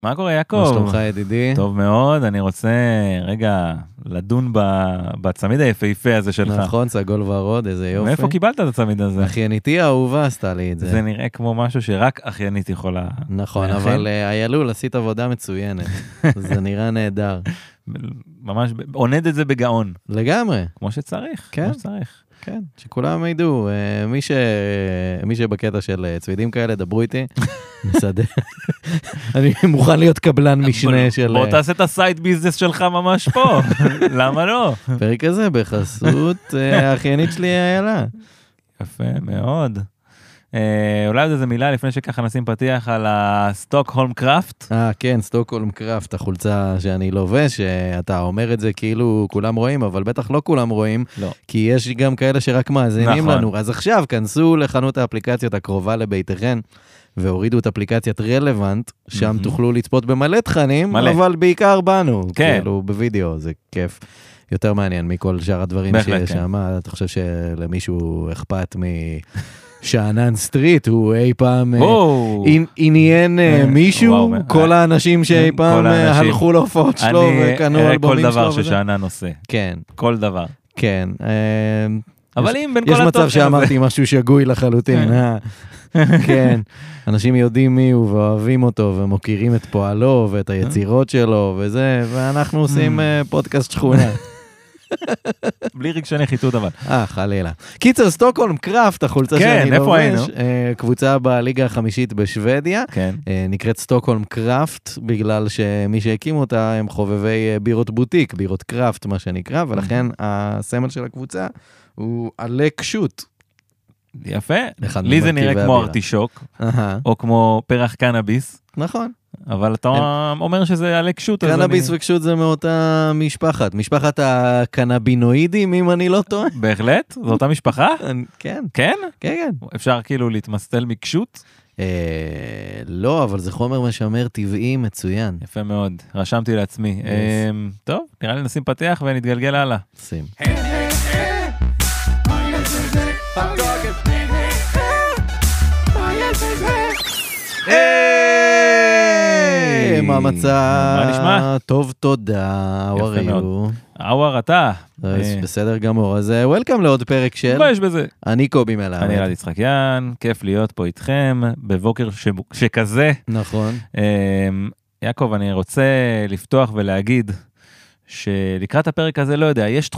מה קורה, יעקב? מה שלומך, ידידי? טוב מאוד, אני רוצה רגע לדון בצמיד היפהפה הזה שלך. נכון, סגול ורוד, איזה יופי. מאיפה קיבלת את הצמיד הזה? אחייניתי האהובה עשתה לי את זה. זה נראה כמו משהו שרק אחיינית יכולה. נכון, אבל הילול, עשית עבודה מצוינת. זה נראה נהדר. ממש, עונד את זה בגאון. לגמרי. כמו שצריך. כן. כמו שצריך. כן, שכולם ידעו, מי שבקטע של צמידים כאלה, דברו איתי, נסדר. אני מוכן להיות קבלן משנה של... בוא תעשה את הסייד ביזנס שלך ממש פה, למה לא? פרק הזה בחסות האחיינית שלי איילה. יפה מאוד. אולי עוד איזה מילה לפני שככה נשים פתיח על הסטוקהולם קראפט. כן, סטוקהולם קראפט, החולצה שאני לובש, שאתה אומר את זה כאילו כולם רואים, אבל בטח לא כולם רואים, לא. כי יש גם כאלה שרק מאזינים נכון. לנו. אז עכשיו, כנסו לחנות האפליקציות הקרובה לביתכן, והורידו את אפליקציית רלוונט, שם תוכלו לצפות במלא תכנים, מלא. אבל בעיקר בנו, כן. כאילו בווידאו, זה כיף. יותר מעניין מכל שאר הדברים בהחלט, שיש שם. אתה חושב שלמישהו אכפת שאנן סטריט, הוא אי פעם עניין מישהו, וואו, כל האנשים שאי פעם הלכו להופעות שלו וקנו אלבומים שלו. כל דבר ששאנן עושה. כן. כל דבר. כן. אבל אם בין כל התוכן יש מצב שאמרתי משהו שגוי לחלוטין. כן. אנשים יודעים מי הוא ואוהבים אותו ומוכירים את פועלו ואת היצירות שלו וזה, ואנחנו עושים פודקאסט שכונה. בלי רגשי נחיתות אבל. חלילה. קיצר, סטוקהולם קראפט, החולצה שאני לובש, קבוצה בליגה החמישית בשוודיה, נקראת סטוקהולם קראפט, בגלל שמי שהקים אותה הם חובבי בירות בוטיק, בירות קראפט מה שנקרא, ולכן הסמל של הקבוצה הוא עלה קשוט. יפה. לי זה נראה כמו ארטישוק, או כמו פרח קנאביס. נכון. אבל אתה אומר שזה עלה קשוט. קנאביס וקשוט זה מאותה משפחת. משפחת הקנאבינואידים, אם אני לא טועה. בהחלט? זו אותה משפחה? כן. כן? כן, כן. אפשר כאילו להתמסטל מקשוט? לא, אבל זה חומר משמר טבעי מצוין. יפה מאוד. רשמתי לעצמי. טוב, נראה לי נשים פתח ונתגלגל הלאה. שים. מה מצא? מה נשמע? טוב, תודה. יפה מאוד. אוואר אתה. בסדר גמור. אז וולקאם לעוד פרק של... מה יש בזה? אני קובי מלמד. אני אלעד יצחקיאן, כיף להיות פה איתכם, בבוקר שכזה. נכון. יעקב, אני רוצה לפתוח ולהגיד, שלקראת הפרק הזה, לא יודע, יש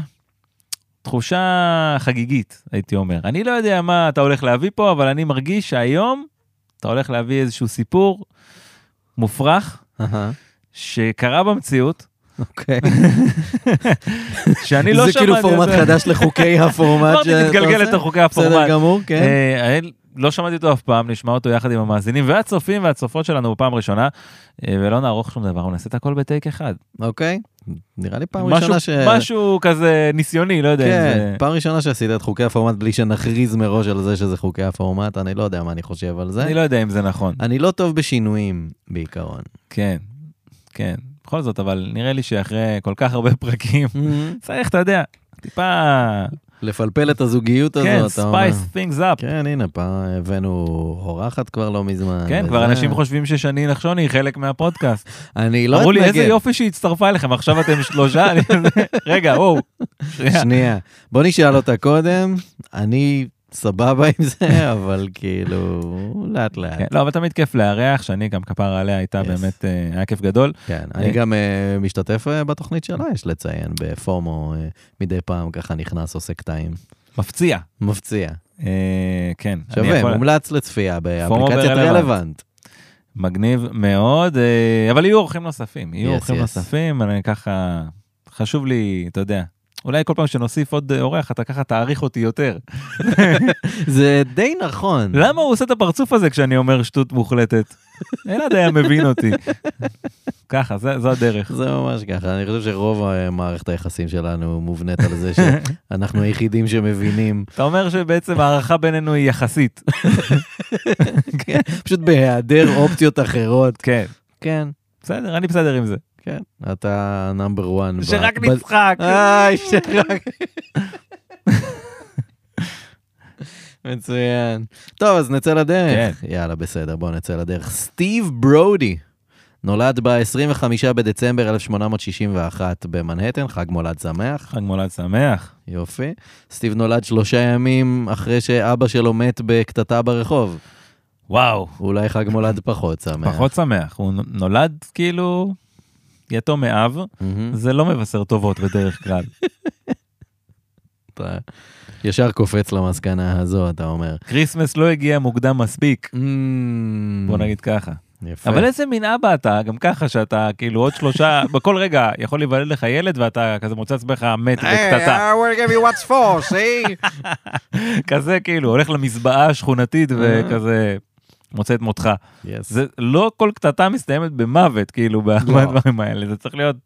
תחושה חגיגית, הייתי אומר. אני לא יודע מה אתה הולך להביא פה, אבל אני מרגיש שהיום אתה הולך להביא איזשהו סיפור מופרך, שקרה במציאות. אוקיי. שאני לא שמעתי. זה כאילו פורמט חדש לחוקי הפורמט. אמרתי, מתגלגל את החוקי הפורמט. בסדר גמור, כן. לא שמעתי אותו אף פעם, נשמע אותו יחד עם המאזינים והצופים והצופות שלנו בפעם ראשונה, ולא נערוך שום דבר, נעשה את הכל בטייק אחד. אוקיי. נראה לי פעם ראשונה משהו כזה ניסיוני, לא יודע אם זה... כן, פעם ראשונה שעשית את חוקי הפורמט בלי שנכריז מראש על זה שזה חוקי הפורמט, אני לא יודע מה אני חושב על זה. אני לא יודע אם זה נכון. אני לא טוב בשינויים בעיקרון. כן, כן. בכל זאת, אבל נראה לי שאחרי כל כך הרבה פרקים, צריך, אתה יודע, טיפה... לפלפל את הזוגיות הזאת. כן, spice things up. כן, הנה, פעם הבאנו הורחת כבר לא מזמן. כן, כבר אנשים חושבים ששני נחשוני היא חלק מהפודקאסט. אני לא אמרו לי, איזה יופי שהיא הצטרפה אליכם, עכשיו אתם שלושה. רגע, וואו. שנייה, בוא נשאל אותה קודם. אני סבבה עם זה, אבל כאילו, לאט לאט. לא, אבל תמיד כיף לארח, שאני גם כפר עליה הייתה באמת, היה כיף גדול. כן, אני גם משתתף בתוכנית שלה, יש לציין, בפורמו, מדי פעם ככה נכנס, עושה קטעים. מפציע. מפציע. כן. שווה, מומלץ לצפייה באפליקציית רלוונט. מגניב מאוד, אבל יהיו אורחים נוספים, אני ככה, חשוב לי, אתה יודע, אולי כל פעם שנוסיף עוד אורח, אתה ככה תאריך אותי יותר. זה די נכון. למה הוא עושה את הפרצוף הזה כשאני אומר שטות מוחלטת? אין עד היה מבין אותי. ככה, זו הדרך. זה ממש ככה. אני חושב שרוב מערכת היחסים שלנו מובנית על זה שאנחנו היחידים שמבינים. אתה אומר שבעצם הערכה בינינו היא יחסית. פשוט בהיעדר אופציות אחרות. כן. כן. בסדר, אני בסדר עם זה. כן, אתה נאמבר 1. שרק נצחק. שרק. מצוין. טוב, אז נצא לדרך. יאללה, בסדר, בואו נצא לדרך. סטיב ברודי. נולד ב-25 בדצמבר 1861 במנהטן, חג מולד שמח. חג מולד שמח. יופי. סטיב נולד 3 ימים אחרי שאבא שלו מת בקטטה ברחוב. וואו. אולי חג מולד פחות שמח. פחות שמח. הוא נולד כאילו יתום מאב, זה לא מבשר טובות בדרך כלל. אתה ישר קופץ למסקנה הזו, אתה אומר. קריסמס לא הגיע מוקדם מספיק. בוא נגיד ככה. יפה. אבל איזה מין אבא אתה, גם ככה שאתה כאילו עוד 3, בכל רגע יכול להיוולד לך ילד ואתה כזה מוצא עצמך מת בקטטה. Hey, we'll give you what's for, see? כזה כאילו, הולך למזבעה השכונתית וכזה מוצא את מותך. זה לא כל קטטה מסתיימת במוות, כאילו, בדברים האלה, זה צריך להיות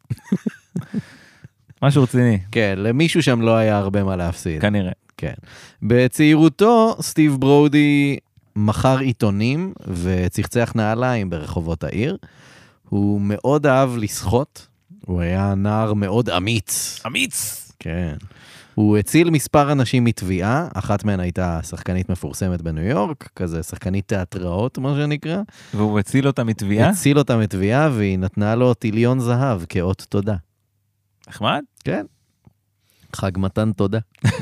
משהו רציני. כן, למישהו שם לא היה הרבה מה להפסיד. כנראה. כן. בצעירותו, סטיב ברודי מכר עיתונים וצחצח נעליים ברחובות העיר. הוא מאוד אהב לשחות, הוא היה נער מאוד אמיץ. אמיץ! כן. הוא הציל מספר אנשים מתביעה, אחת מהן הייתה שחקנית מפורסמת בניו יורק, כזה שחקנית תיאטראות, מה שנקרא. והוא הציל אותה מתביעה? הציל אותה מתביעה, והיא נתנה לו טיליון זהב כאות תודה. נחמד? כן. חג מתן תודה.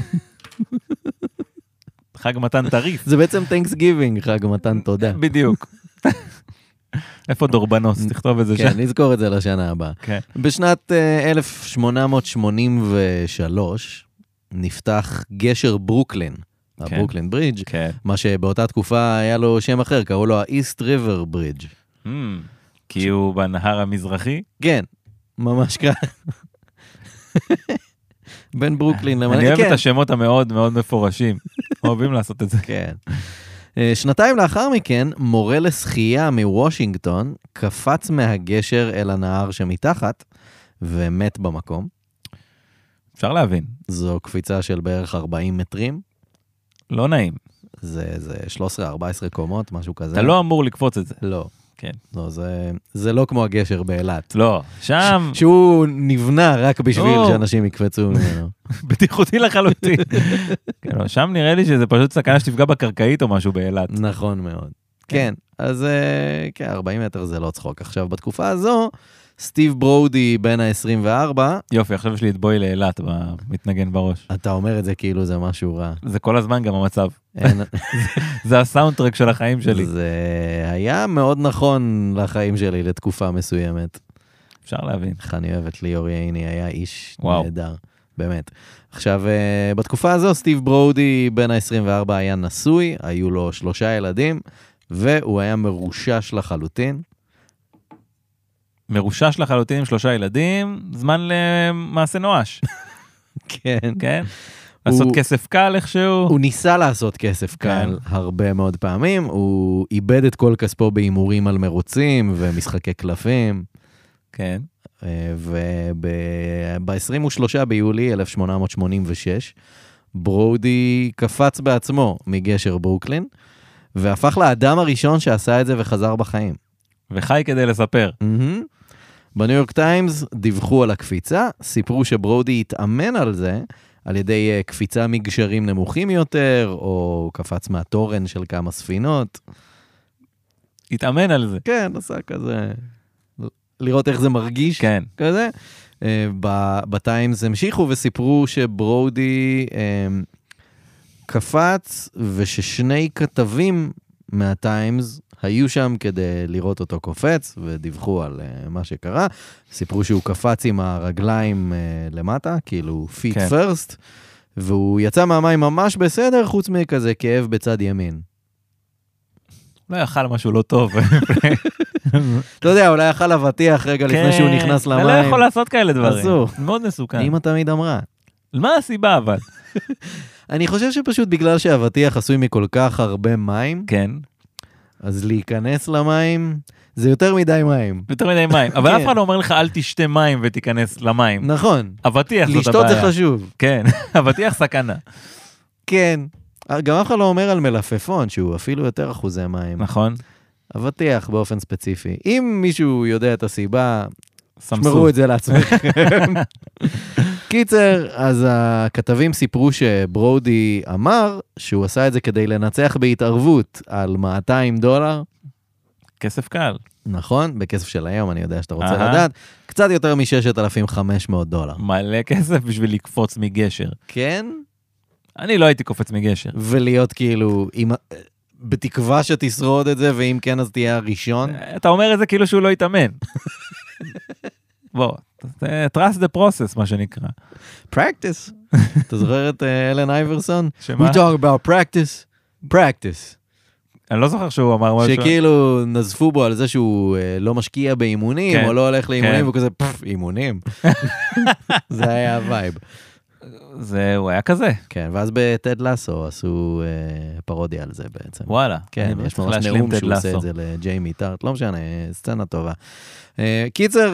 חג מתן טריף. זה בעצם Thanksgiving, חג מתן תודה. בדיוק. איפה דורבנוס? תכתוב את זה שם. כן, נזכור את זה לשנה הבאה. כן. בשנת 1883 נפתח גשר ברוקלין, הברוקלין ברידג', מה שבאותה תקופה היה לו שם אחר, קראו לו ה-East River Bridge. כי הוא בנהר המזרחי? כן, ממש ככה. בין ברוקלין למעלה. אני אוהב את השמות המאוד מאוד מפורשים. אוהבים לעשות את זה. כן. שנתיים לאחר מכן, מורה לשחייה מוושינגטון קפץ מהגשר אל הנהר שמתחת ומת במקום. אפשר להבין. זו קפיצה של בערך 40 מטרים. לא נעים. זה 13-14 קומות, משהו כזה. אתה לא אמור לקפוץ את זה. לא. כן. לא, זה לא כמו הגשר באילת. לא, שם... שהוא נבנה רק בשביל שאנשים יקפצו ממנו. בטיחותי לחלוטין. שם נראה לי שזה פשוט סכנה שתפגע בקרקעית או משהו באילת. נכון מאוד. כן, אז 40 מטר זה לא צחוק. עכשיו, בתקופה הזו, סטיב ברודי בן ה-24. יופי, עכשיו יש לי את בוי לאילת מתנגן בראש. אתה אומר את זה כאילו זה משהו רע. זה כל הזמן גם המצב. זה הסאונדטרק של החיים שלי. זה היה מאוד נכון לחיים שלי לתקופה מסוימת. אפשר להבין. איך אני אוהב את ליאור ייני, היה איש נהדר. באמת. עכשיו, בתקופה הזו, סטיב ברודי בן ה-24 היה נשוי, היו לו 3 ילדים, והוא היה מרושש לחלוטין. מרושש לחלוטין עם 3 ילדים, זמן למעשה נואש. כן. כן? לעשות כסף קל איכשהו. הוא ניסה לעשות כסף קל הרבה מאוד פעמים, הוא איבד את כל כספו בהימורים על מרוצים ומשחקי קלפים. כן. וב-23 ביולי 1886, ברודי קפץ בעצמו מגשר ברוקלין, והפך לאדם הראשון שעשה את זה וחזר בחיים. וחי כדי לספר. בניו יורק טיימס דיווחו על הקפיצה, סיפרו שברודי התאמן על זה, על ידי קפיצה מגשרים נמוכים יותר, או קפץ מהתורן של כמה ספינות. התאמן על זה. כן, עשה כזה, לראות איך זה מרגיש. כן. כזה. בטיימס המשיכו וסיפרו שברודי קפץ, וששני כתבים מהטיימס היו שם כדי לראות אותו קופץ, ודיווחו על מה שקרה. סיפרו שהוא קפץ עם הרגליים למטה, כאילו feet first, והוא יצא מהמים ממש בסדר, חוץ מכזה כאב בצד ימין. אולי אכל משהו לא טוב. אתה יודע, אולי אכל אבטיח רגע לפני שהוא נכנס למים. אתה לא יכול לעשות כאלה דברים. אסור. מאוד מסוכן. אמא תמיד אמרה. מה הסיבה אבל? אני חושב שפשוט בגלל שאבטיח עשוי מכל כך הרבה מים, כן. אז להיכנס למים, זה יותר מדי מים. יותר מדי מים. אבל אף אחד לא אומר לך, אל תשתה מים ותיכנס למים. נכון. אבטיח זאת הבעיה. לשתות זה חשוב. כן, אבטיח סכנה. כן. גם אף אחד לא אומר על מלפפון, שהוא אפילו יותר אחוזי מים. נכון. אבטיח באופן ספציפי. אם מישהו יודע את הסיבה, שמרו את זה לעצמכם. קיצר, אז הכתבים סיפרו שברודי אמר שהוא עשה את זה כדי לנצח בהתערבות על $200. כסף קל. נכון, בכסף של היום, אני יודע שאתה רוצה לדעת, קצת יותר $6,500. מלא כסף בשביל לקפוץ מגשר. כן? אני לא הייתי קופץ מגשר. ולהיות כאילו, בתקווה שתשרוד את זה, ואם כן, אז תהיה הראשון. אתה אומר את זה כאילו שהוא לא יתאמן. בוא, trust the process, מה שנקרא. Practice. אתה זוכר את אלן אייברסון? שמה? We talk about practice. אני לא זוכר שהוא אמר משהו. שכאילו נזפו בו על זה שהוא לא משקיע באימונים, או לא הולך לאימונים, וכזה, אימונים. זה היה הווייב. הוא היה כזה. כן, ואז בטד לסו עשו פרודיה על זה בעצם. וואלה. כן, יש ממש נאום שהוא עושה את זה לג'יימי טארט, לא משנה, סצנה טובה. קיצר,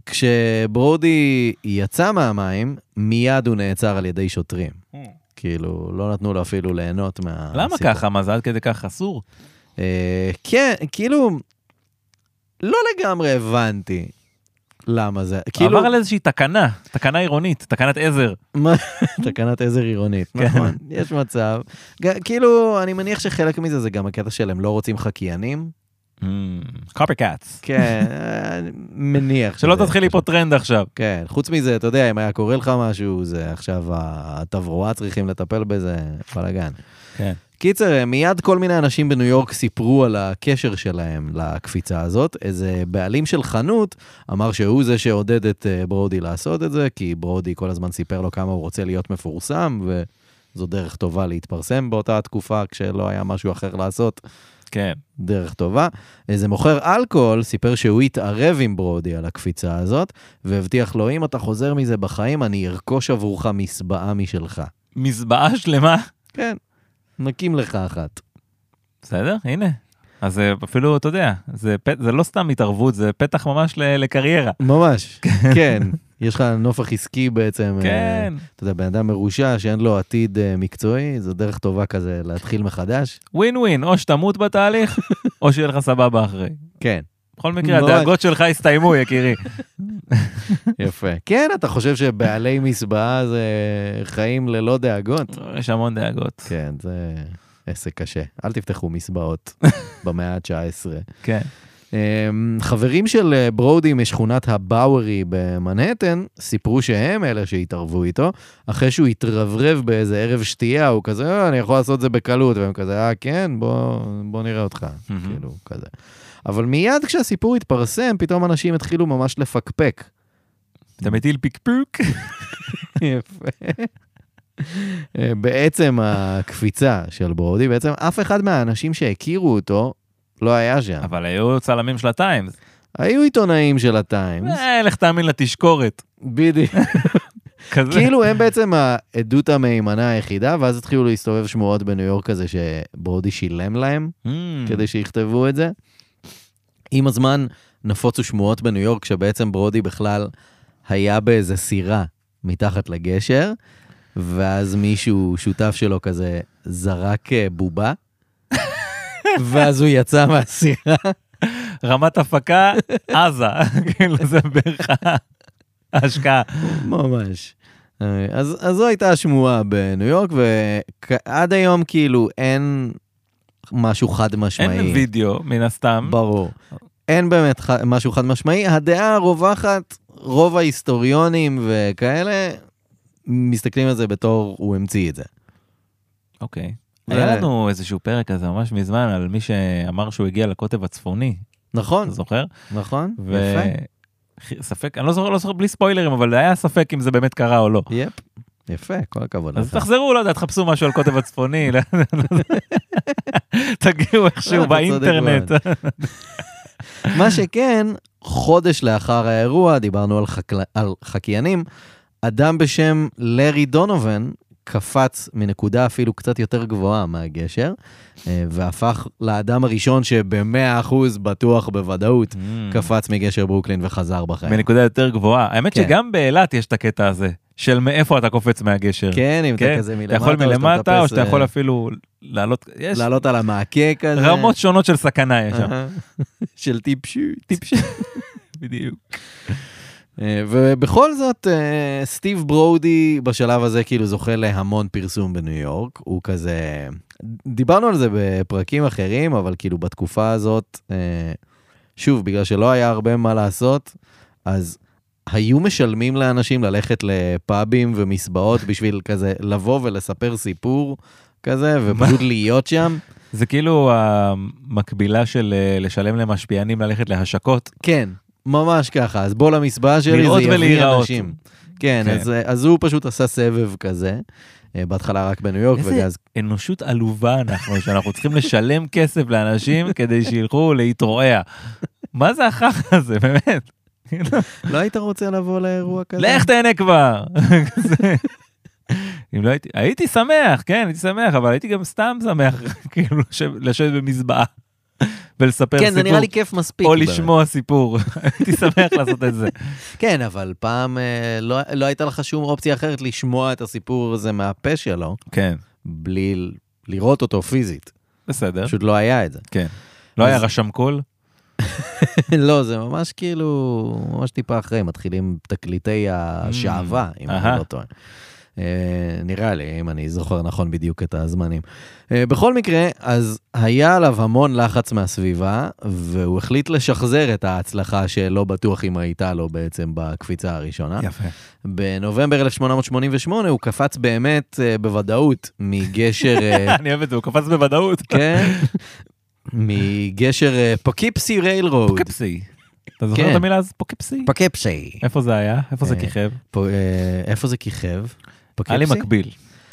כשברודי יצא מהמים, מיד הוא נעצר על ידי שוטרים. כאילו, לא נתנו לו אפילו ליהנות מהסיפור. למה ככה? מה זה עד כדי כך אסור? כן, כאילו, לא לגמרי הבנתי למה זה. עבר על איזושהי תקנה עירונית, תקנת עזר. תקנת עזר עירונית, נכון, יש מצב. כאילו, אני מניח שחלק מזה זה גם הקטע שלהם לא רוצים חקיינים. copycats. כן, מניח. שלא תתחיל לי פה טרנד עכשיו. כן, חוץ מזה, אתה יודע, אם היה קורה לך משהו, זה עכשיו התברואה צריכים לטפל בזה, בלגן. כן. קיצר, מיד כל מיני אנשים בניו יורק סיפרו על הקשר שלהם לקפיצה הזאת. איזה בעלים של חנות אמר שהוא זה שעודד את ברודי לעשות את זה, כי ברודי כל הזמן סיפר לו כמה הוא רוצה להיות מפורסם, וזו דרך טובה להתפרסם באותה התקופה, כשלא היה משהו אחר לעשות. כן. דרך טובה. איזה מוכר אלכוהול סיפר שהוא התערב עם ברודי על הקפיצה הזאת, והבטיח לו, אם אתה חוזר מזה בחיים, אני ארכוש עבורך מסבעה משלך. מסבעה שלמה? כן. נקים לך אחת. בסדר, הנה. אז אפילו, אתה יודע, זה לא סתם התערבות, זה פתח ממש לקריירה. ממש, כן. יש לך נופח עסקי בעצם. כן. אתה יודע, בן אדם מרושע שאין לו עתיד מקצועי, זו דרך טובה כזה להתחיל מחדש. ווין ווין, או שתמות בתהליך, או שיהיה לך סבבה אחרי. כן. בכל מקרה, הדאגות שלך הסתיימו, יקירי. יפה. כן, אתה חושב שבעלי מסבעה זה חיים ללא דאגות? יש המון דאגות. כן, זה עסק קשה. אל תפתחו מסבעות במאה ה-19. כן. חברים של ברודי משכונת הבאוורי במנהטן, סיפרו שהם אלה שהתערבו איתו, אחרי שהוא התרברב באיזה ערב שתייה, הוא כזה, אני יכול לעשות זה בקלות, והם כזה, כן, בוא נראה אותך, כאילו, כזה. אבל מיד כשהסיפור התפרסם, פתאום אנשים התחילו ממש לפקפק. אתה מטיל פיקפוק? יפה. בעצם הקפיצה של ברודי, בעצם אף אחד מהאנשים שהכירו אותו, לא היה שם. אבל היו צלמים של הטיימס. היו עיתונאים של הטיימס. לך תאמין לתשקורת. בדיוק. כאילו הם בעצם העדות המהימנה היחידה, ואז התחילו להסתובב שמועות בניו יורק כזה שברודי שילם להם, כדי שיכתבו את זה. עם הזמן נפוצו שמועות בניו יורק, שבעצם ברודי בכלל היה באיזה סירה מתחת לגשר, ואז מישהו שותף שלו כזה זרק בובה, ואז הוא יצא מהסירה. רמת הפקה, עזה. כאילו זה בערך ההשקעה. ממש. אז זו הייתה השמועה בניו יורק, ועד היום כאילו אין משהו חד משמעי. אין וידאו, מן הסתם. ברור. אין באמת משהו חד משמעי. הדעה הרווחת, רוב ההיסטוריונים וכאלה, מסתכלים על זה בתור הוא המציא את זה. אוקיי. היה לנו איזשהו פרק כזה ממש מזמן על מי שאמר שהוא הגיע לקוטב הצפוני. נכון. אתה זוכר? נכון, יפה. ספק, אני לא זוכר בלי ספוילרים, אבל היה ספק אם זה באמת קרה או לא. יפ, יפה, כל הכבוד. אז תחזרו, לא יודע, תחפשו משהו על קוטב הצפוני. תגיעו איכשהו באינטרנט. מה שכן, חודש לאחר האירוע, דיברנו על חקיינים, אדם בשם לארי דונובן, קפץ מנקודה אפילו קצת יותר גבוהה מהגשר, והפך לאדם הראשון שב100% בטוח בוודאות קפץ מגשר ברוקלין וחזר בחיים. מנקודה יותר גבוהה. האמת שגם באילת יש את הקטע הזה, של מאיפה אתה קופץ מהגשר. כן, אם אתה כזה מלמטה. אתה יכול מלמטה, או שאתה יכול אפילו לעלות על המעקה כזה. רמות שונות של סכנה יש שם. של טיפשות. בדיוק. ובכל זאת, סטיב ברודי בשלב הזה כאילו זוכה להמון פרסום בניו יורק, הוא כזה, דיברנו על זה בפרקים אחרים, אבל כאילו בתקופה הזאת, שוב, בגלל שלא היה הרבה מה לעשות, אז היו משלמים לאנשים ללכת לפאבים ומסבעות בשביל כזה לבוא ולספר סיפור כזה, ופשוט להיות שם. זה כאילו המקבילה של לשלם למשפיענים ללכת להשקות. כן, ממש ככה. אז בוא למסבעה שלי, זה יביא אנשים. כן, אז הוא פשוט עשה סבב כזה, בהתחלה רק בניו יורק. איזה אנושות עלובה אנחנו, שאנחנו צריכים לשלם כסף לאנשים כדי שילכו להתרועע. מה זה החכה הזה, באמת? לא היית רוצה לבוא לאירוע כזה? לך תהנה כבר. אם לא הייתי שמח, כן, הייתי שמח, אבל הייתי גם סתם שמח, כאילו, לשבת במזבעה ולספר סיפור. כן, זה נראה לי כיף מספיק. או לשמוע סיפור. הייתי שמח לעשות את זה. כן, אבל פעם לא הייתה לך שום אופציה אחרת לשמוע את הסיפור הזה מהפה שלו. כן. בלי לראות אותו פיזית. בסדר. פשוט לא היה את זה. כן. לא היה רשם קול? לא, זה ממש כאילו, ממש טיפה אחרי, מתחילים תקליטי השעבה, אם אני לא טועה. נראה לי, אם אני זוכר נכון בדיוק את הזמנים. בכל מקרה, אז היה עליו המון לחץ מהסביבה, והוא החליט לשחזר את ההצלחה שלא בטוח אם הייתה לו בעצם בקפיצה הראשונה. יפה. בנובמבר 1888 הוא קפץ באמת בוודאות מגשר... אני אוהב את זה, הוא קפץ בוודאות. כן. מגשר פוקיפסי ריילרוד. פוקיפסי. אתה זוכר את המילה אז? פוקיפסי? פוקיפסי. איפה זה היה? איפה זה כיכב? איפה זה כיכב? היה לי מקביל.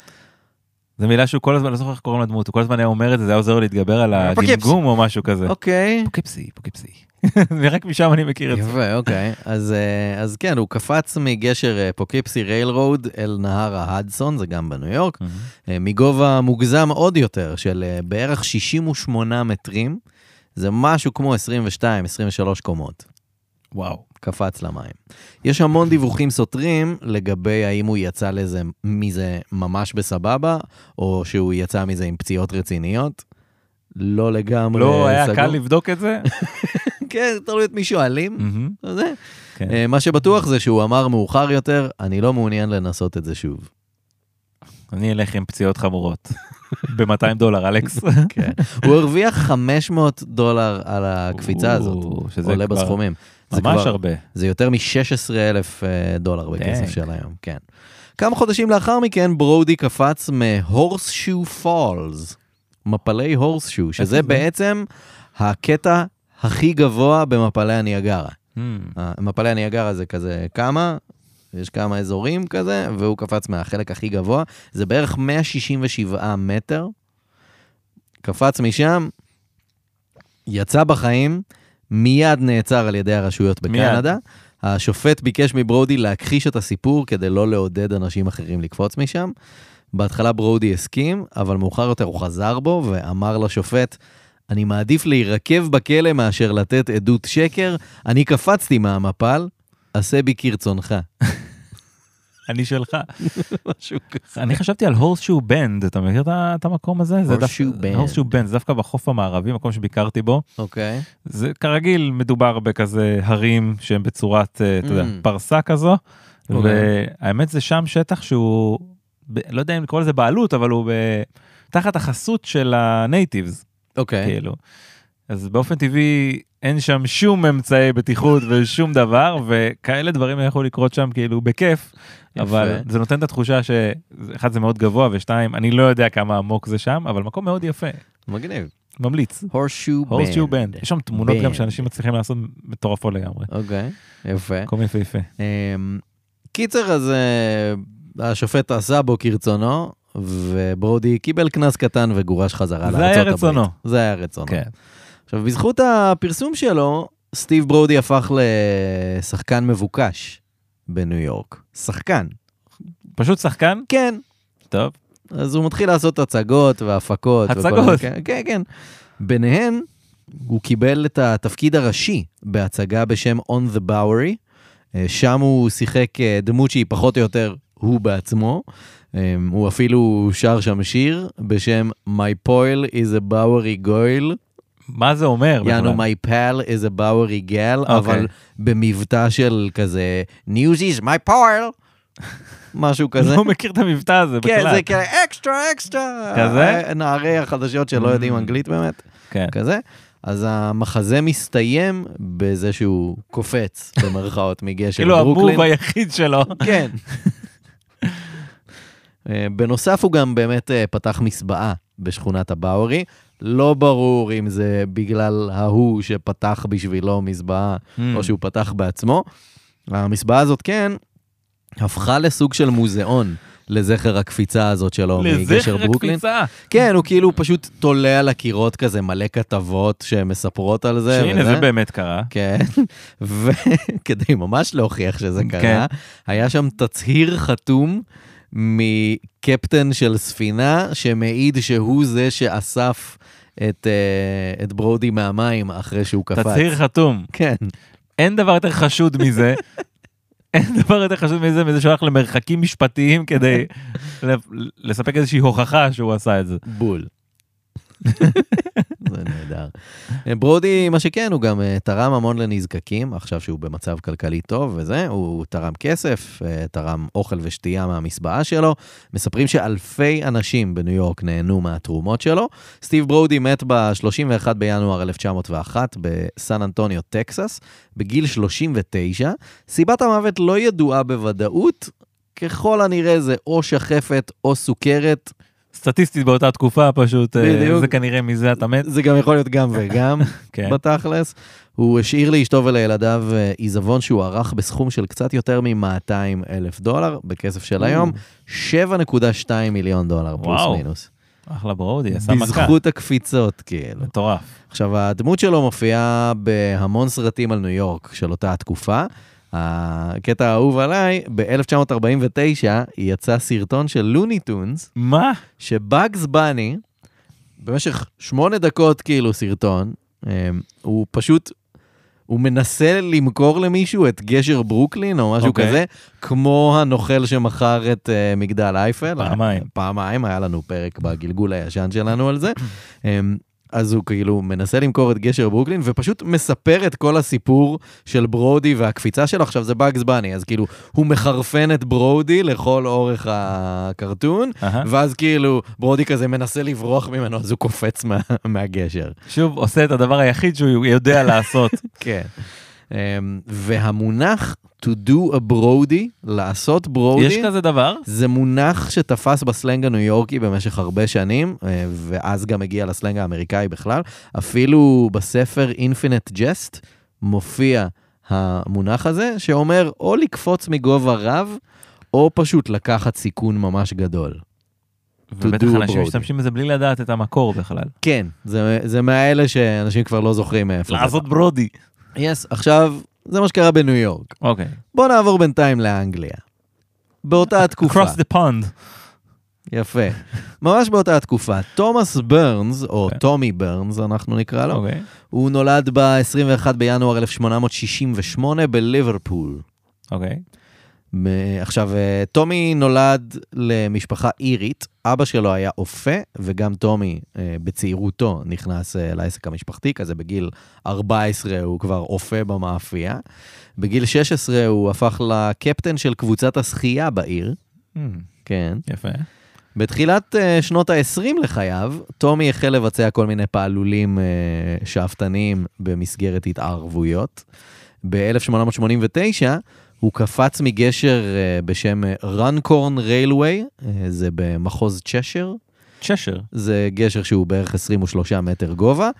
זו מילה שהוא כל הזמן, לא זוכר איך קוראים לדמות, הוא כל הזמן היה אומר את זה, זה היה עוזר לו להתגבר על הגמגום או משהו כזה. אוקיי. פוקיפסי, פוקיפסי. ורק משם אני מכיר את זה. יפה, אוקיי. אז כן, הוא קפץ מגשר פוקיפסי ריילרוד אל נהר ההדסון, זה גם בניו יורק, מגובה מוגזם עוד יותר, של בערך 68 מטרים, זה משהו כמו 22-23 קומות. וואו. קפץ למים. יש המון דיווחים סותרים לגבי האם הוא יצא מזה ממש בסבבה, או שהוא יצא מזה עם פציעות רציניות. לא לגמרי לא היה קל לבדוק את זה? כן, תלוי את מי שואלים. מה שבטוח זה שהוא אמר מאוחר יותר, אני לא מעוניין לנסות את זה שוב. אני אלך עם פציעות חמורות. ב$200, אלכס. הוא הרוויח $500 על הקפיצה הזאת. עולה בסכומים. ממש הרבה. זה יותר $16,000 בכסף של היום, כן. כמה חודשים לאחר מכן, ברודי קפץ מהורסשו פולס. מפלי הורסשו, שזה בעצם הקטע הכי גבוה במפלי הניאגרה. מפלי הניאגרה זה כזה כמה, יש כמה אזורים כזה, והוא קפץ מהחלק הכי גבוה. זה בערך 167 מטר. קפץ משם, יצא בחיים, מיד נעצר על ידי הרשויות בקנדה. השופט ביקש מברודי להכחיש את הסיפור כדי לא לעודד אנשים אחרים לקפוץ משם. בהתחלה ברודי הסכים, אבל מאוחר יותר הוא חזר בו ואמר לשופט, אני מעדיף להירקב בכלא מאשר לתת עדות שקר, אני קפצתי מהמפל, עשה בי כרצונך. אני שלך. אני חשבתי על הורסשו בנד, אתה מכיר את המקום הזה? הורסשו בנד, זה דווקא בחוף המערבי, מקום שביקרתי בו. אוקיי. זה כרגיל מדובר בכזה הרים שהם בצורת, אתה יודע, פרסה כזו, והאמת זה שם שטח שהוא, לא יודע אם לקרוא לזה בעלות, אבל הוא תחת החסות של הנייטיבס. אוקיי. כאילו. אז באופן טבעי אין שם שום אמצעי בטיחות ושום דבר, וכאלה דברים יכולו לקרות שם כאילו בכיף, אבל זה נותן את התחושה שאחד זה מאוד גבוה, ושתיים, אני לא יודע כמה עמוק זה שם, אבל מקום מאוד יפה. מגניב. ממליץ. הורסשו בנד. יש שם תמונות גם שאנשים מצליחים לעשות מטורפות לגמרי. אוקיי, יפה. מקום יפה יפה. קיצר, אז השופט עשה בו כרצונו, וברודי קיבל קנס קטן וגורש חזרה לארצות הברית. זה היה רצונו. זה היה רצונו. עכשיו, בזכות הפרסום שלו, סטיב ברודי הפך לשחקן מבוקש בניו יורק. שחקן. פשוט שחקן? כן. טוב. אז הוא מתחיל לעשות הצגות והפקות. הצגות? כן, כן. ביניהן, הוא קיבל את התפקיד הראשי בהצגה בשם On the Bowery. שם הוא שיחק דמות שהיא פחות או יותר הוא בעצמו. הוא אפילו שר שם שיר בשם My Poil is a Bowery Goyle. מה זה אומר? יענו, my pal is a Bowery gal, אבל במבטא של כזה, news is my poil, משהו כזה. לא מכיר את המבטא הזה בכלל. כן, זה כזה, אקסטרה, אקסטרה. כזה? נערי החדשות שלא יודעים אנגלית באמת. כן. כזה. אז המחזה מסתיים בזה שהוא קופץ, במרכאות, מגשר כאילו ברוקלין. המוב היחיד שלו. כן. בנוסף הוא גם באמת פתח מסבעה בשכונת הבאורי. לא ברור אם זה בגלל ההוא שפתח בשבילו מסבעה, או שהוא פתח בעצמו. המסבעה הזאת כן, הפכה לסוג של מוזיאון. לזכר הקפיצה הזאת שלו מגשר ברוקלין. לזכר הקפיצה? כן, הוא כאילו פשוט תולה על הקירות כזה, מלא כתבות שמספרות על זה. שהנה, זה באמת קרה. כן, וכדי ממש להוכיח שזה קרה, היה שם תצהיר חתום מקפטן של ספינה, שמעיד שהוא זה שאסף את ברודי מהמים אחרי שהוא קפץ. תצהיר חתום. כן. אין דבר יותר חשוד מזה. אין דבר יותר חשוב מזה שהולך למרחקים משפטיים כדי לספק איזושהי הוכחה שהוא עשה את זה. בול. זה נהדר. ברודי, מה שכן, הוא גם תרם המון לנזקקים, עכשיו שהוא במצב כלכלי טוב וזה, הוא תרם כסף, תרם אוכל ושתייה מהמסבעה שלו, מספרים שאלפי אנשים בניו יורק נהנו מהתרומות שלו. סטיב ברודי מת ב-31 בינואר 1901 בסן אנטוניו, טקסס, בגיל 39. סיבת המוות לא ידועה בוודאות, ככל הנראה זה או שחפת או סוכרת, סטטיסטית באותה תקופה פשוט, זה כנראה מזה אתה מת. זה גם יכול להיות גם וגם בתכלס. הוא השאיר לאשתו ולילדיו עיזבון שהוא ערך בסכום של קצת יותר $200,000, בכסף של היום, $7.2 מיליון, פלוס מינוס. אחלה ברודי, עשה מכה. בזכות הקפיצות, כאילו. מטורף. עכשיו, הדמות שלו מופיעה בהמון סרטים על ניו יורק של אותה התקופה. הקטע האהוב עליי, ב-1949 יצא סרטון של לוני טונס. מה? שבאגס בני, במשך 8 דקות כאילו סרטון, הוא פשוט, הוא מנסה למכור למישהו את גשר ברוקלין או משהו כזה, כמו הנוכל שמכר את מגדל אייפל. פעמיים, היה לנו פרק בגלגול הישן שלנו על זה. אז הוא כאילו מנסה למכור את גשר ברוקלין, ופשוט מספר את כל הסיפור של ברודי והקפיצה שלו. עכשיו זה באגס בני, אז כאילו הוא מחרפן את ברודי לכל אורך הקרטון, ואז כאילו ברודי כזה מנסה לברוח ממנו, אז הוא קופץ מהגשר. שוב, עושה את הדבר היחיד שהוא יודע לעשות. כן. והמונח to do a brody, לעשות ברודי, יש כזה דבר? זה מונח שתפס בסלנג הניו יורקי במשך הרבה שנים, ואז גם הגיע לסלנג האמריקאי בכלל. אפילו בספר Infinite Jest מופיע המונח הזה, שאומר או לקפוץ מגובה רב, או פשוט לקחת סיכון ממש גדול. ובטח אנשים משתמשים בזה בלי לדעת את המקור בכלל. כן, זה מהאלה שאנשים כבר לא זוכרים מאיפה. לעשות ברודי. Yes, עכשיו, זה מה שקרה בניו יורק. אוקיי. בוא נעבור בינתיים לאנגליה. באותה התקופה. Across the pond. יפה. ממש באותה התקופה. תומאס ברנס, או טומי ברנס, אנחנו נקרא לו, הוא נולד ב-21 בינואר 1868 בליברפול. אוקיי. עכשיו, טומי נולד למשפחה אירית, אבא שלו היה אופה, וגם טומי בצעירותו נכנס לעסק המשפחתי, כזה בגיל 14 הוא כבר אופה במאפייה, בגיל 16 הוא הפך לקפטן של קבוצת השחייה בעיר, כן. יפה. בתחילת שנות ה-20 לחייו, טומי החל לבצע כל מיני פעלולים שאפתניים במסגרת התערבויות. ב-1889, הוא קפץ מגשר בשם רנקורן ריילווי, זה במחוז צ'שר. צ'שר. זה גשר שהוא בערך 23 מטר גובה,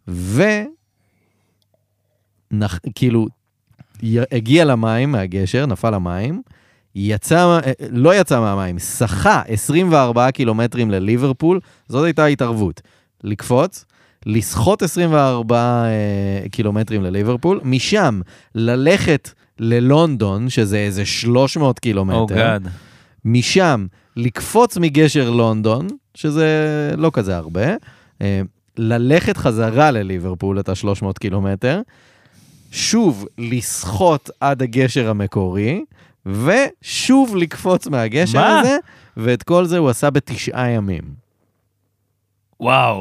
וכאילו הגיע למים מהגשר, נפל למים, לא יצא מהמים, שחה 24 קילומטרים לליברפול, זאת הייתה התערבות. לקפוץ, לשחות 24 קילומטרים לליברפול, משם ללכת ללונדון, שזה איזה 300 קילומטר, משם לקפוץ מגשר לונדון, שזה לא כזה הרבה, ללכת חזרה לליברפול את ה-300 קילומטר, שוב לשחות עד הגשר המקורי, ושוב לקפוץ מהגשר הזה, ואת כל זה הוא עשה ב9 ימים. וואו.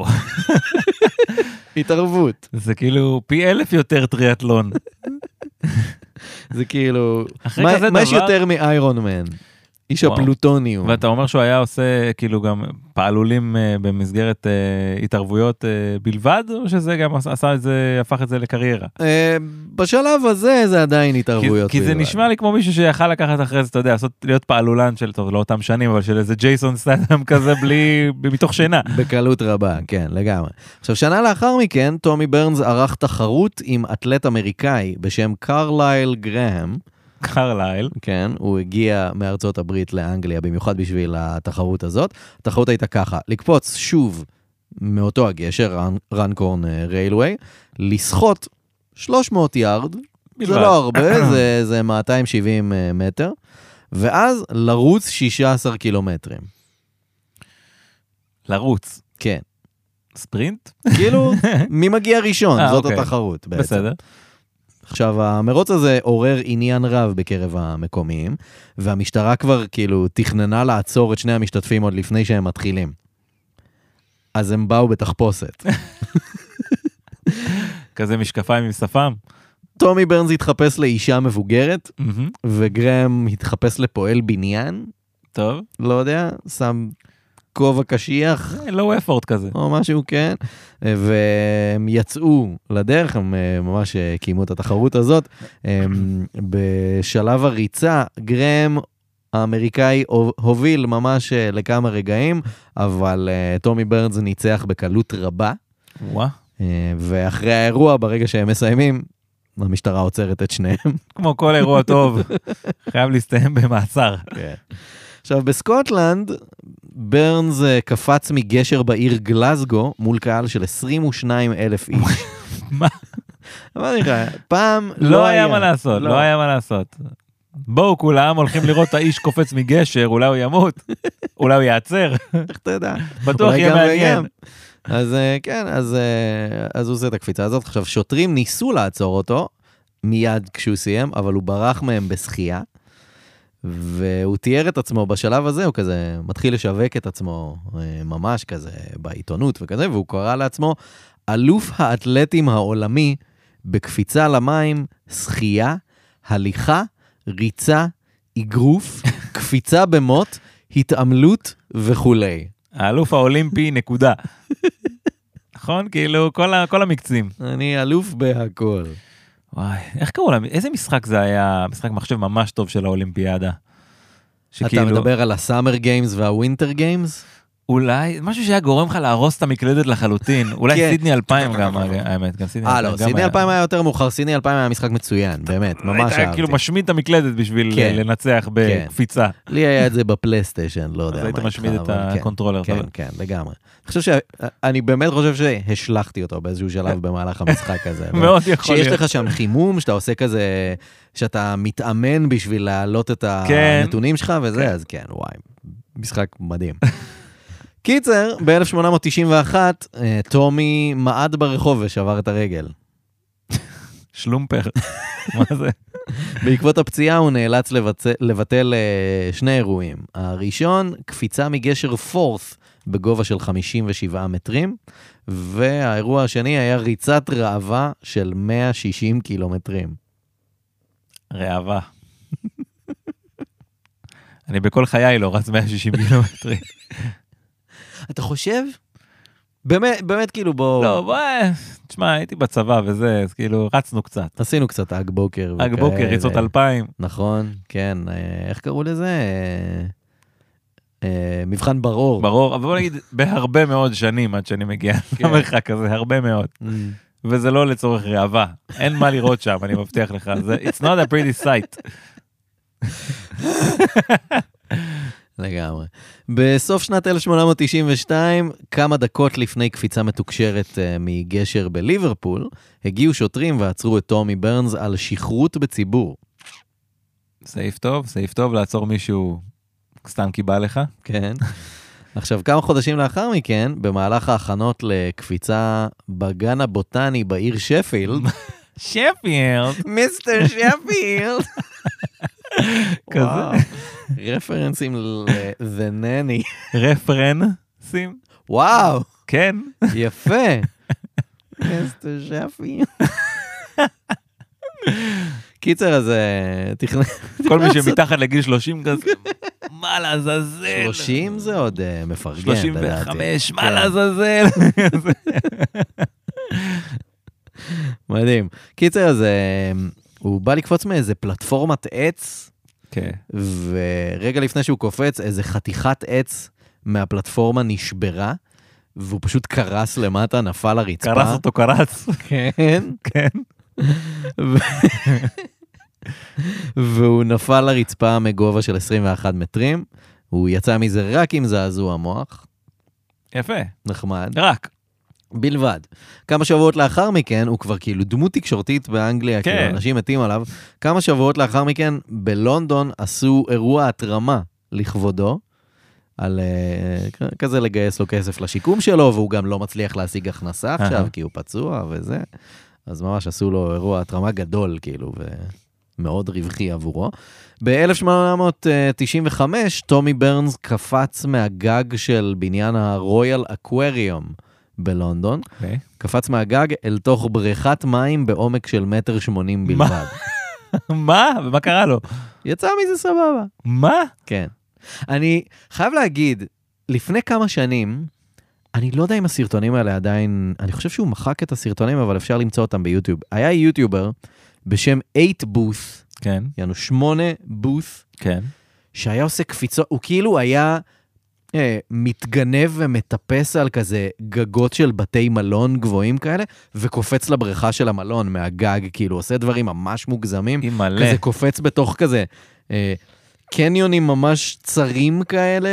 התערבות. זה כאילו פי 1000 יותר טריאטלון. זה כאילו, מה יש יותר מאיירון מן? איש הפלוטוניום. ואתה אומר שהוא היה עושה כאילו גם פעלולים במסגרת התערבויות בלבד, או שזה גם עשה את זה, הפך את זה לקריירה? בשלב הזה זה עדיין התערבויות בלבד. כי זה נשמע לי כמו מישהו שיכל לקחת אחרי זה, אתה יודע, להיות פעלולן של, טוב, לא אותם שנים, אבל של איזה ג'ייסון סטאטהאם כזה מתוך שינה. בקלות רבה, כן, לגמרי. עכשיו, שנה לאחר מכן, טומי ברנס ערך תחרות עם אתלט אמריקאי בשם קרלייל גרהם, קרלייל. כן, הוא הגיע מארצות הברית לאנגליה, במיוחד בשביל התחרות הזאת. התחרות הייתה ככה, לקפוץ שוב מאותו הגשר, רנקורן ריילווי, לשחות 300 יארד, זה לא הרבה, זה 270 מטר, ואז לרוץ 16 קילומטרים. לרוץ? כן. ספרינט? כאילו, מי מגיע ראשון? זאת התחרות בעצם. בסדר. עכשיו, המרוץ הזה עורר עניין רב בקרב המקומיים, והמשטרה כבר כאילו תכננה לעצור את שני המשתתפים עוד לפני שהם מתחילים. אז הם באו בתחפושת. כזה משקפיים עם שפם. טומי ברנס התחפש לאישה מבוגרת, וגרם התחפש לפועל בניין. טוב. לא יודע, שם כובע קשיח. לא אפורט כזה. או משהו, כן. והם יצאו לדרך, הם ממש קיימו את התחרות הזאת. בשלב הריצה, גרם האמריקאי הוביל ממש לכמה רגעים, אבל טומי ברנס ניצח בקלות רבה. וואה. ואחרי האירוע, ברגע שהם מסיימים, המשטרה עוצרת את שניהם. כמו כל אירוע טוב, חייב להסתיים במעצר. כן. עכשיו, בסקוטלנד, ברנס קפץ מגשר בעיר גלזגו, מול קהל של 22,000 איש. מה? אמרתי לך, פעם לא היה מה לעשות, לא היה מה לעשות. בואו כולם הולכים לראות את האיש קופץ מגשר, אולי הוא ימות, אולי הוא יעצר. איך אתה יודע? בטוח יהיה מעניין. אז כן, אז הוא עושה את הקפיצה הזאת. עכשיו, שוטרים ניסו לעצור אותו, מיד כשהוא סיים, אבל הוא ברח מהם בשחייה, והוא תיאר את עצמו בשלב הזה, הוא כזה מתחיל לשווק את עצמו ממש כזה בעיתונות וכזה, והוא קרא לעצמו אלוף האתלטים העולמי בקפיצה למים, שחייה, הליכה, ריצה, אגרוף, קפיצה במוט, התעמלות וכולי. האלוף האולימפי נקודה. נכון? כאילו כל המקצים. אני אלוף בהכל. וואי, איך קראו להם? איזה משחק זה היה? משחק מחשב ממש טוב של האולימפיאדה. אתה מדבר על הסאמר גיימס והווינטר גיימס? אולי, משהו שהיה גורם לך להרוס את המקלדת לחלוטין. אולי סידני 2000 גם, האמת. לא, סידני 2000 היה יותר מאוחר. סידני 2000 היה משחק מצוין, באמת, ממש אהבתי. היית כאילו משמיד את המקלדת בשביל לנצח בקפיצה. לי היה את זה בפלייסטיישן, לא יודע. אז היית משמיד את הקונטרולר. כן, כן, לגמרי. אני באמת חושב שהשלחתי אותו באיזשהו שלב במהלך המשחק הזה. מאוד יכול להיות. שיש לך שם חימום, שאתה עושה כזה, שאתה מתאמן בשביל להעלות את הנתונים שלך וזה, אז כן, וואי, משחק מדהים. קיצר, ב-1891, טומי מעד ברחוב ושבר את הרגל. שלומפר, מה זה? בעקבות הפציעה הוא נאלץ לבטל שני אירועים. הראשון, קפיצה מגשר פורת' בגובה של 57 מטרים, והאירוע השני היה ריצת ראווה של 160 קילומטרים. ראווה. אני בכל חיי לא רץ 160 קילומטרים. אתה חושב? באמת כאילו בוא... לא, בוא, תשמע, הייתי בצבא וזה, אז כאילו רצנו קצת. עשינו קצת אג בוקר. אג בוקר, ריצות 2000. נכון, כן. איך קראו לזה? מבחן ברור. ברור, אבל בוא נגיד, בהרבה מאוד שנים עד שאני מגיע למרחק הזה, הרבה מאוד. וזה לא לצורך ראווה. אין מה לראות שם, אני מבטיח לך. It's not a pretty sight. לגמרי. בסוף שנת 1892, כמה דקות לפני קפיצה מתוקשרת מגשר בליברפול, הגיעו שוטרים ועצרו את טומי ברנס על שכרות בציבור. סעיף טוב לעצור מישהו סתם כי בא לך. כן. עכשיו, כמה חודשים לאחר מכן, במהלך ההכנות לקפיצה בגן הבוטני בעיר שפילד, שפילד? מיסטר שפילד. כזה. רפרנסים ל-The Nanny. רפרנסים? וואו. כן. יפה. מיסטר שפילד. קיצר, אז תכנן... כל מי שמתחת לגיל 30 כזה, מה לעזאזל. 30 זה עוד מפרגן. 35, מה לעזאזל. מדהים. קיצר, אז הוא בא לקפוץ מאיזה פלטפורמת עץ, ורגע לפני שהוא קופץ, איזה חתיכת עץ מהפלטפורמה נשברה, והוא פשוט קרס למטה, נפל לרצפה. קרס אותו, קרץ. כן. כן. והוא נפל לרצפה מגובה של 21 מטרים, הוא יצא מזה רק עם זעזוע מוח. יפה. נחמד. רק. בלבד. כמה שבועות לאחר מכן, הוא כבר כאילו דמות תקשורתית באנגליה, כן. כאילו אנשים מתים עליו, כמה שבועות לאחר מכן, בלונדון עשו אירוע התרמה לכבודו, על כזה לגייס לו כסף לשיקום שלו, והוא גם לא מצליח להשיג הכנסה עכשיו, כי הוא פצוע וזה. אז ממש עשו לו אירוע התרמה גדול, כאילו, ומאוד רווחי עבורו. ב-1895, טומי ברנס קפץ מהגג של בניין הרויאל אקווריום בלונדון. קפץ מהגג אל תוך בריכת מים בעומק של 1.80 מטר בלבד. מה? ומה קרה לו? יצא מזה סבבה. מה? כן. אני חייב להגיד, לפני כמה שנים, אני לא יודע אם הסרטונים האלה עדיין, אני חושב שהוא מחק את הסרטונים, אבל אפשר למצוא אותם ביוטיוב. היה יוטיובר בשם 8 בות', כן. יענו 8 בות', כן. שהיה עושה קפיצות, הוא כאילו היה מתגנב ומטפס על כזה גגות של בתי מלון גבוהים כאלה, וקופץ לבריכה של המלון מהגג, כאילו עושה דברים ממש מוגזמים, כזה קופץ בתוך כזה, קניונים ממש צרים כאלה,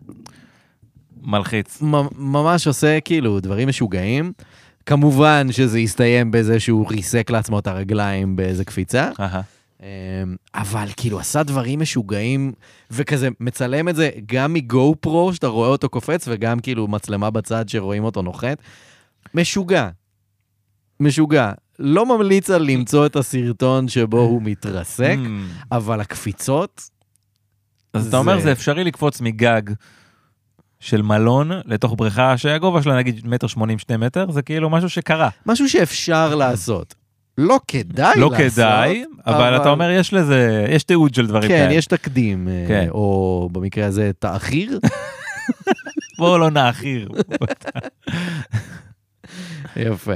מלחיץ. ממש עושה כאילו דברים משוגעים, כמובן שזה יסתיים בזה שהוא ריסק לעצמו את הרגליים באיזה קפיצה, אבל כאילו עשה דברים משוגעים, וכזה מצלם את זה גם מגו פרו, שאתה רואה אותו קופץ, וגם כאילו מצלמה בצד שרואים אותו נוחת. משוגע. משוגע. לא ממליץ על למצוא את הסרטון שבו הוא מתרסק, אבל הקפיצות... אז אתה אומר, זה אפשרי לקפוץ מגג של מלון לתוך בריכה שהגובה שלה נגיד 1.80 מטר, 2 מטר, זה כאילו משהו שקרה. משהו שאפשר לעשות. לא כדאי לא כדאי, אבל אתה אומר, יש לזה, יש תיעוד של דברים כאלה. כן, יש תקדים, או במקרה הזה, תאחיר. בואו לא נאחיר. יפה.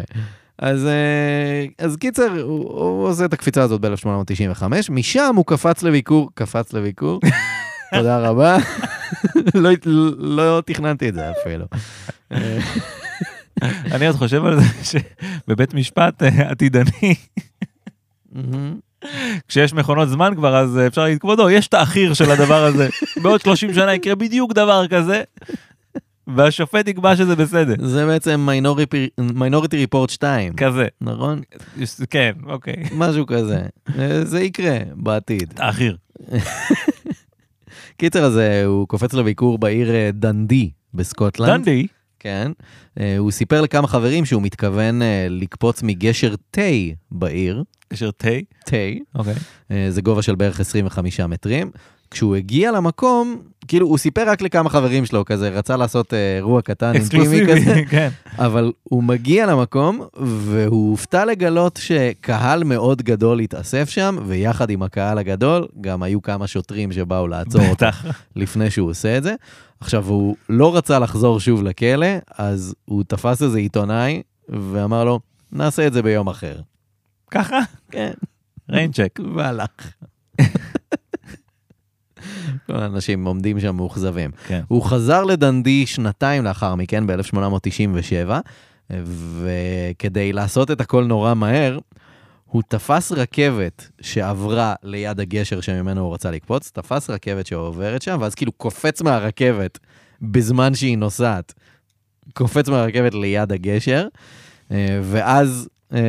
אז קיצר, הוא עושה את הקפיצה הזאת ב-1895, משם הוא קפץ לביקור, תודה רבה. לא תכננתי את זה אפילו. אני עוד חושב על זה שבבית משפט עתידני, כשיש מכונות זמן כבר, אז אפשר להגיד, כבודו, יש תאחיר של הדבר הזה. בעוד 30 שנה יקרה בדיוק דבר כזה, והשופט יקבע שזה בסדר. זה בעצם מיינוריטי ריפורט 2. כזה. נכון? כן, אוקיי. משהו כזה. זה יקרה בעתיד. תאחיר. קיצר הזה, הוא קופץ לביקור בעיר דנדי בסקוטלנד. דנדי? כן. הוא סיפר לכמה חברים שהוא מתכוון לקפוץ מגשר תי בעיר. גשר תי? תי. אוקיי. זה גובה של בערך 25 מטרים. כשהוא הגיע למקום, כאילו הוא סיפר רק לכמה חברים שלו, כזה רצה לעשות אירוע קטן, אינטימי כזה, כן. אבל הוא מגיע למקום, והוא הופתע לגלות שקהל מאוד גדול התאסף שם, ויחד עם הקהל הגדול, גם היו כמה שוטרים שבאו לעצור אותו, לפני שהוא עושה את זה. עכשיו, הוא לא רצה לחזור שוב לכלא, אז הוא תפס איזה עיתונאי, ואמר לו, נעשה את זה ביום אחר. ככה? כן. ריינצ'ק. והלך. כל האנשים עומדים שם מאוכזבים. כן. הוא חזר לדנדי שנתיים לאחר מכן, ב-1897, וכדי לעשות את הכל נורא מהר, הוא תפס רכבת שעברה ליד הגשר שממנו הוא רצה לקפוץ, תפס רכבת שעוברת שם, ואז כאילו קופץ מהרכבת בזמן שהיא נוסעת, קופץ מהרכבת ליד הגשר, ואז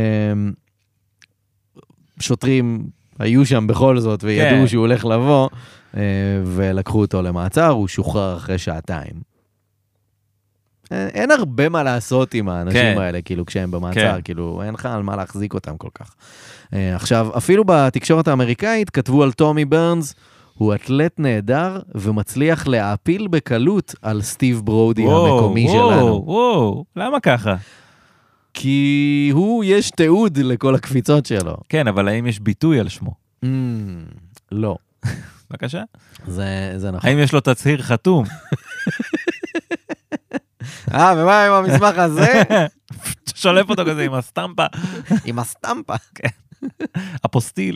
שוטרים היו שם בכל זאת, וידעו שהוא הולך לבוא, ולקחו אותו למעצר, הוא שוחרר אחרי שעתיים. אין הרבה מה לעשות עם האנשים האלה, כאילו, כשהם במעצר, כאילו, אין לך על מה להחזיק אותם כל כך. עכשיו, אפילו בתקשורת האמריקאית, כתבו על טומי ברנס, הוא אתלט נהדר, ומצליח להעפיל בקלות על סטיב ברודי המקומי שלנו. וואו, למה ככה? כי יש תיעוד לכל הקפיצות שלו. כן, אבל האם יש ביטוי על שמו? לא. בבקשה. זה נכון. האם יש לו תצהיר חתום? ומה עם המסמך הזה? שולף אותו כזה עם הסטמפה. עם הסטמפה. כן. אפוסטיל.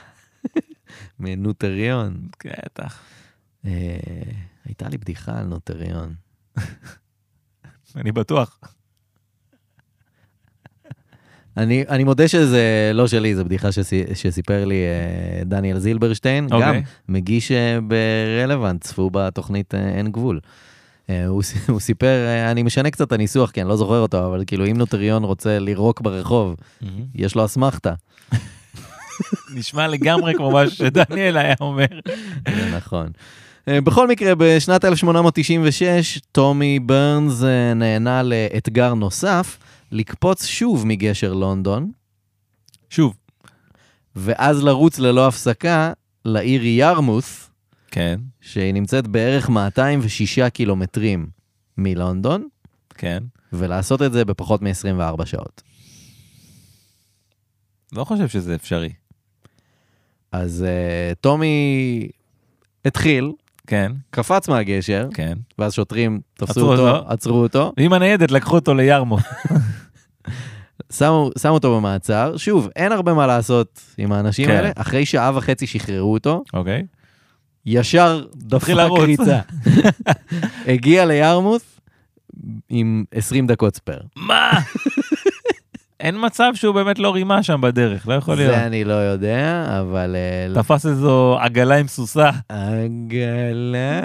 מנוטריון. בטח. הייתה לי בדיחה על נוטריון. אני בטוח. אני מודה שזה לא שלי, זו בדיחה שסיפר לי דניאל זילברשטיין, גם מגיש ברלוונט, צפו בתוכנית אין גבול. הוא סיפר, אני משנה קצת את הניסוח, כי אני לא זוכר אותו, אבל כאילו אם נוטריון רוצה לירוק ברחוב, יש לו אסמכתה. נשמע לגמרי כמו מה שדניאל היה אומר. זה נכון. בכל מקרה, בשנת 1896, טומי ברנס נהנה לאתגר נוסף, לקפוץ שוב מגשר לונדון. שוב. ואז לרוץ ללא הפסקה לעיר ירמות'. כן. שהיא נמצאת בערך 206 קילומטרים מלונדון. כן. ולעשות את זה בפחות מ-24 שעות. לא חושב שזה אפשרי. אז טומי התחיל. כן. קפץ מהגשר. כן. ואז שוטרים תפסו אותו, עצרו אותו. ועם הניידת לקחו אותו לירמות'. שמו אותו במעצר. שוב, אין הרבה מה לעשות עם האנשים האלה. אחרי שעה וחצי שחררו אותו. אוקיי. ישר דפק ריצה. הגיע לירמות' עם 20 דקות ספר. מה? אין מצב שהוא באמת לא רימה שם בדרך, לא יכול להיות. זה אני לא יודע, אבל... תפס איזו עגלה עם סוסה. עגלה...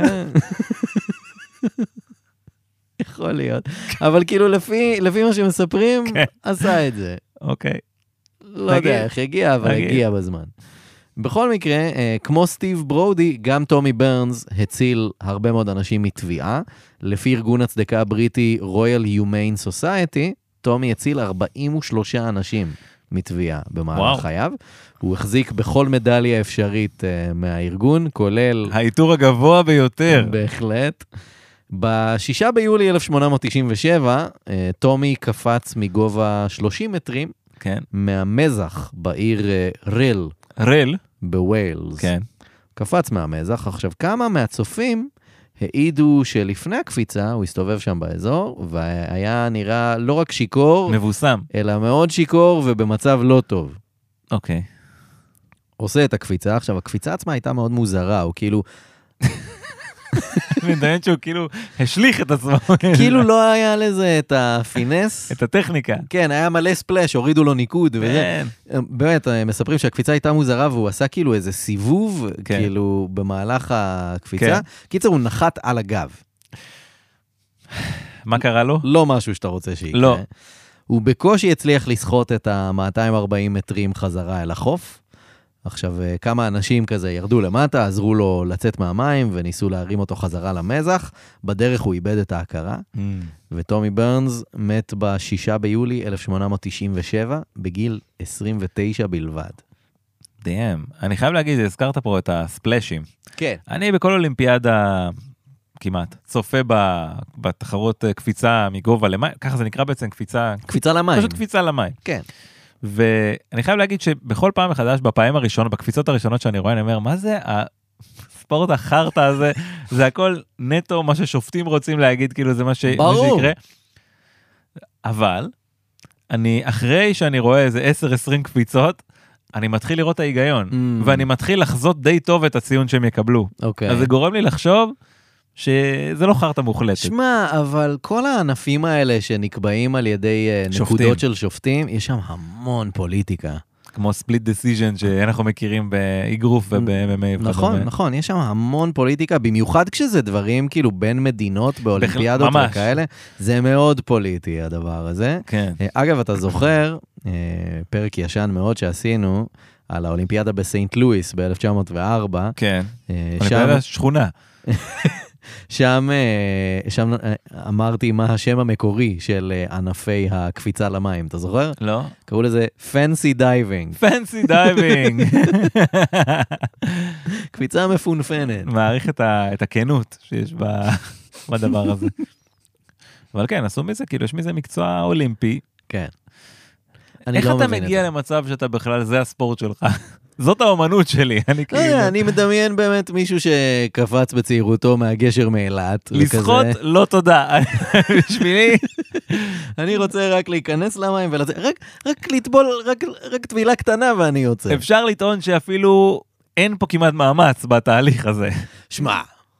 יכול להיות. אבל כאילו לפי מה שמספרים, עשה את זה. אוקיי. לא יודע איך הגיע, אבל הגיע בזמן. בכל מקרה, כמו סטיב ברודי, גם טומי ברנס הציל הרבה מאוד אנשים מתביעה. לפי ארגון הצדקה הבריטי Royal Humane Society, טומי הציל 43 אנשים מתביעה במהלך חייו. הוא החזיק בכל מדליה אפשרית מהארגון, כולל... העיטור הגבוה ביותר. בהחלט. ב-6 ביולי 1897, טומי קפץ מגובה 30 מטרים, כן. מהמזח בעיר רל. רל? בווילס. כן. קפץ מהמזח. עכשיו, כמה מהצופים העידו שלפני הקפיצה, הוא הסתובב שם באזור, והיה נראה לא רק שיקור, מבוסם, אלא מאוד שיקור ובמצב לא טוב. אוקיי. עושה את הקפיצה. עכשיו, הקפיצה עצמה הייתה מאוד מוזרה, הוא כאילו... אני מדמיין שהוא כאילו השליך את עצמו. כאילו לא היה לזה את הפינס. את הטכניקה. כן, היה מלא ספלש, הורידו לו ניקוד. באמת, מספרים שהקפיצה הייתה מוזרה, והוא עשה כאילו איזה סיבוב, כאילו במהלך הקפיצה. קיצר, הוא נחת על הגב. מה קרה לו? לא משהו שאתה רוצה שיקרה. לא. הוא בקושי הצליח לסחוט את ה-240 מטרים חזרה אל החוף. עכשיו, כמה אנשים כזה ירדו למטה, עזרו לו לצאת מהמים, וניסו להרים אותו חזרה למזח. בדרך הוא איבד את ההכרה, וטומי ברנס מת ב-6 ביולי 1897, בגיל 29 בלבד. דיים. אני חייב להגיד, הזכרת פה את הספלשים. כן. אני בכל אולימפיאדה, כמעט, צופה בתחרות קפיצה מגובה למים, ככה זה נקרא בעצם קפיצה... קפיצה למים. פשוט קפיצה למים. כן. ואני חייב להגיד שבכל פעם מחדש, בפעמים הראשונות, בקפיצות הראשונות שאני רואה, אני אומר, מה זה הספורט החרטא הזה? זה הכל נטו, מה ששופטים רוצים להגיד, כאילו זה מה שיקרה. אבל, אחרי שאני רואה איזה 10-20 קפיצות, אני מתחיל לראות את ההיגיון, ואני מתחיל לחזות די טוב את הציון שהם יקבלו. אז זה גורם לי לחשוב, שזה לא חרטה מוחלטת. שמע, אבל כל הענפים האלה שנקבעים על ידי נקודות של שופטים, יש שם המון פוליטיקה. כמו ספליט דיסיז'ן שאנחנו מכירים באגרוף וב-MMA. נכון, נכון, יש שם המון פוליטיקה, במיוחד כשזה דברים כאילו בין מדינות באולימפיאדות וכאלה, זה מאוד פוליטי הדבר הזה. כן. אגב, אתה זוכר, פרק ישן מאוד שעשינו, על האולימפיאדה בסיינט לואיס ב-1904. כן, אולימפיאדה שכונה. שם אמרתי מה השם המקורי של ענפי הקפיצה למים, אתה זוכר? לא. קראו לזה פנסי דייבינג. פנסי דייבינג. קפיצה מפונפנת. מעריך את הכנות שיש בדבר הזה. אבל כן, עשו מזה, כאילו יש מזה מקצוע אולימפי. כן. איך אתה מגיע למצב שאתה בכלל, זה הספורט שלך? זאת האומנות שלי. אני מדמיין באמת מישהו שקפץ בצעירותו מהגשר מאילת. לשחות לא תודה. בשבילי. אני רוצה רק להיכנס למים רק לטבול, רק טבילה קטנה ואני יוצא. אפשר לטעון שאפילו אין פה כמעט מאמץ בתהליך הזה. שמע,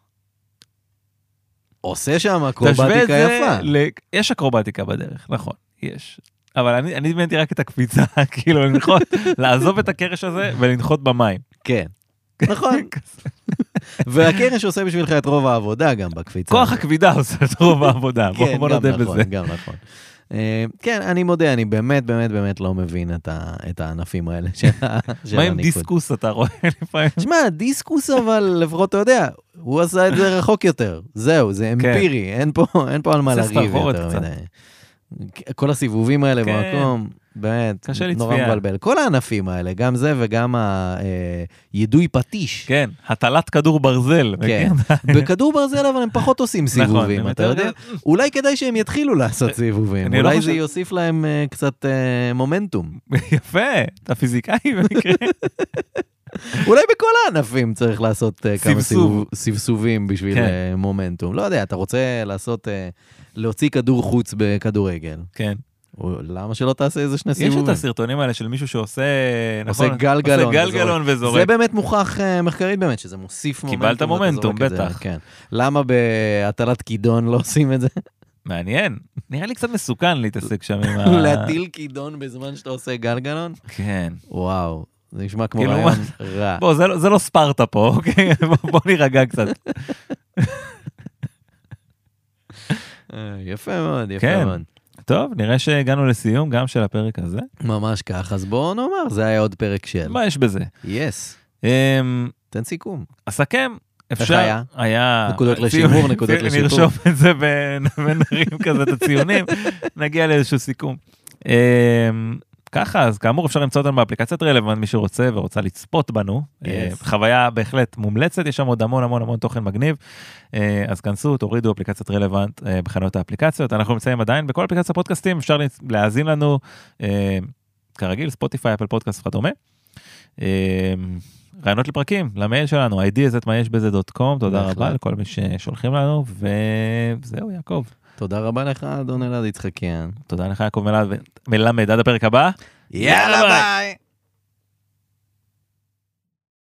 עושה שם אקרובטיקה יפה. יש אקרובטיקה בדרך, נכון, יש. אבל אני דמיינתי רק את הקפיצה, כאילו לנחות, לעזוב את הקרש הזה ולנחות במים. כן, נכון. והקרש עושה בשבילך את רוב העבודה גם בקפיצה. כוח הכבידה עושה את רוב העבודה, בוא נודה בזה. גם נכון. כן, אני מודה, אני באמת לא מבין את הענפים האלה. מה עם דיסקוס אתה רואה לפעמים? תשמע, דיסקוס אבל לפחות אתה יודע, הוא עשה את זה רחוק יותר. זהו, זה אמפירי, אין פה על מה לריב יותר מדי. כל הסיבובים האלה במקום, באמת, נורא מבלבל. כל הענפים האלה, גם זה וגם הידוי פטיש. כן, הטלת כדור ברזל. כן, בכדור ברזל אבל הם פחות עושים סיבובים, אתה יודע? אולי כדאי שהם יתחילו לעשות סיבובים, אולי זה יוסיף להם קצת מומנטום. יפה, אתה פיזיקאי במקרה. אולי בכל הענפים צריך לעשות כמה סבסובים בשביל מומנטום. לא יודע, אתה רוצה להוציא כדור חוץ בכדורגל. כן. למה שלא תעשה איזה שני סיבובים? יש את הסרטונים האלה של מישהו שעושה גלגלון וזורק. זה באמת מוכח מחקרית באמת, שזה מוסיף מומנטום. קיבלת מומנטום, בטח. למה בהטלת כידון לא עושים את זה? מעניין. נראה לי קצת מסוכן להתעסק שם עם להטיל כידון בזמן שאתה עושה גלגלון? כן. וואו. זה נשמע כמו רעיון רע. בוא, זה לא ספרטה פה, אוקיי? בוא נירגע קצת. יפה מאוד, יפה מאוד. טוב, נראה שהגענו לסיום גם של הפרק הזה. ממש כך, אז בואו נאמר, זה היה עוד פרק של. מה יש בזה? יס. תן סיכום. אסכם. אפשר. היה. נקודות לשימור, נקודות לשיפור. נרשום את זה ונרים כזה את הציונים, נגיע לאיזשהו סיכום. ככה, אז כאמור אפשר למצוא אותנו באפליקציית רלוונט, מי שרוצה ורוצה לצפות בנו, חוויה בהחלט מומלצת, יש שם עוד המון תוכן מגניב, אז כנסו, תורידו אפליקציית רלוונט בחנויות האפליקציות, אנחנו נמצאים עדיין בכל אפליקציות הפודקאסטים, אפשר להאזין לנו, כרגיל, ספוטיפיי, אפל פודקאסט וכדומה, רעיונות לפרקים, למייל שלנו, ideas@myesbeze.com, תודה רבה לכל מי ששולחים לנו, וזהו יעקב. תודה רבה לך, אדון אלעד יצחקיאן. תודה לך, יעקב מלמד. עד הפרק הבא. יאללה ביי.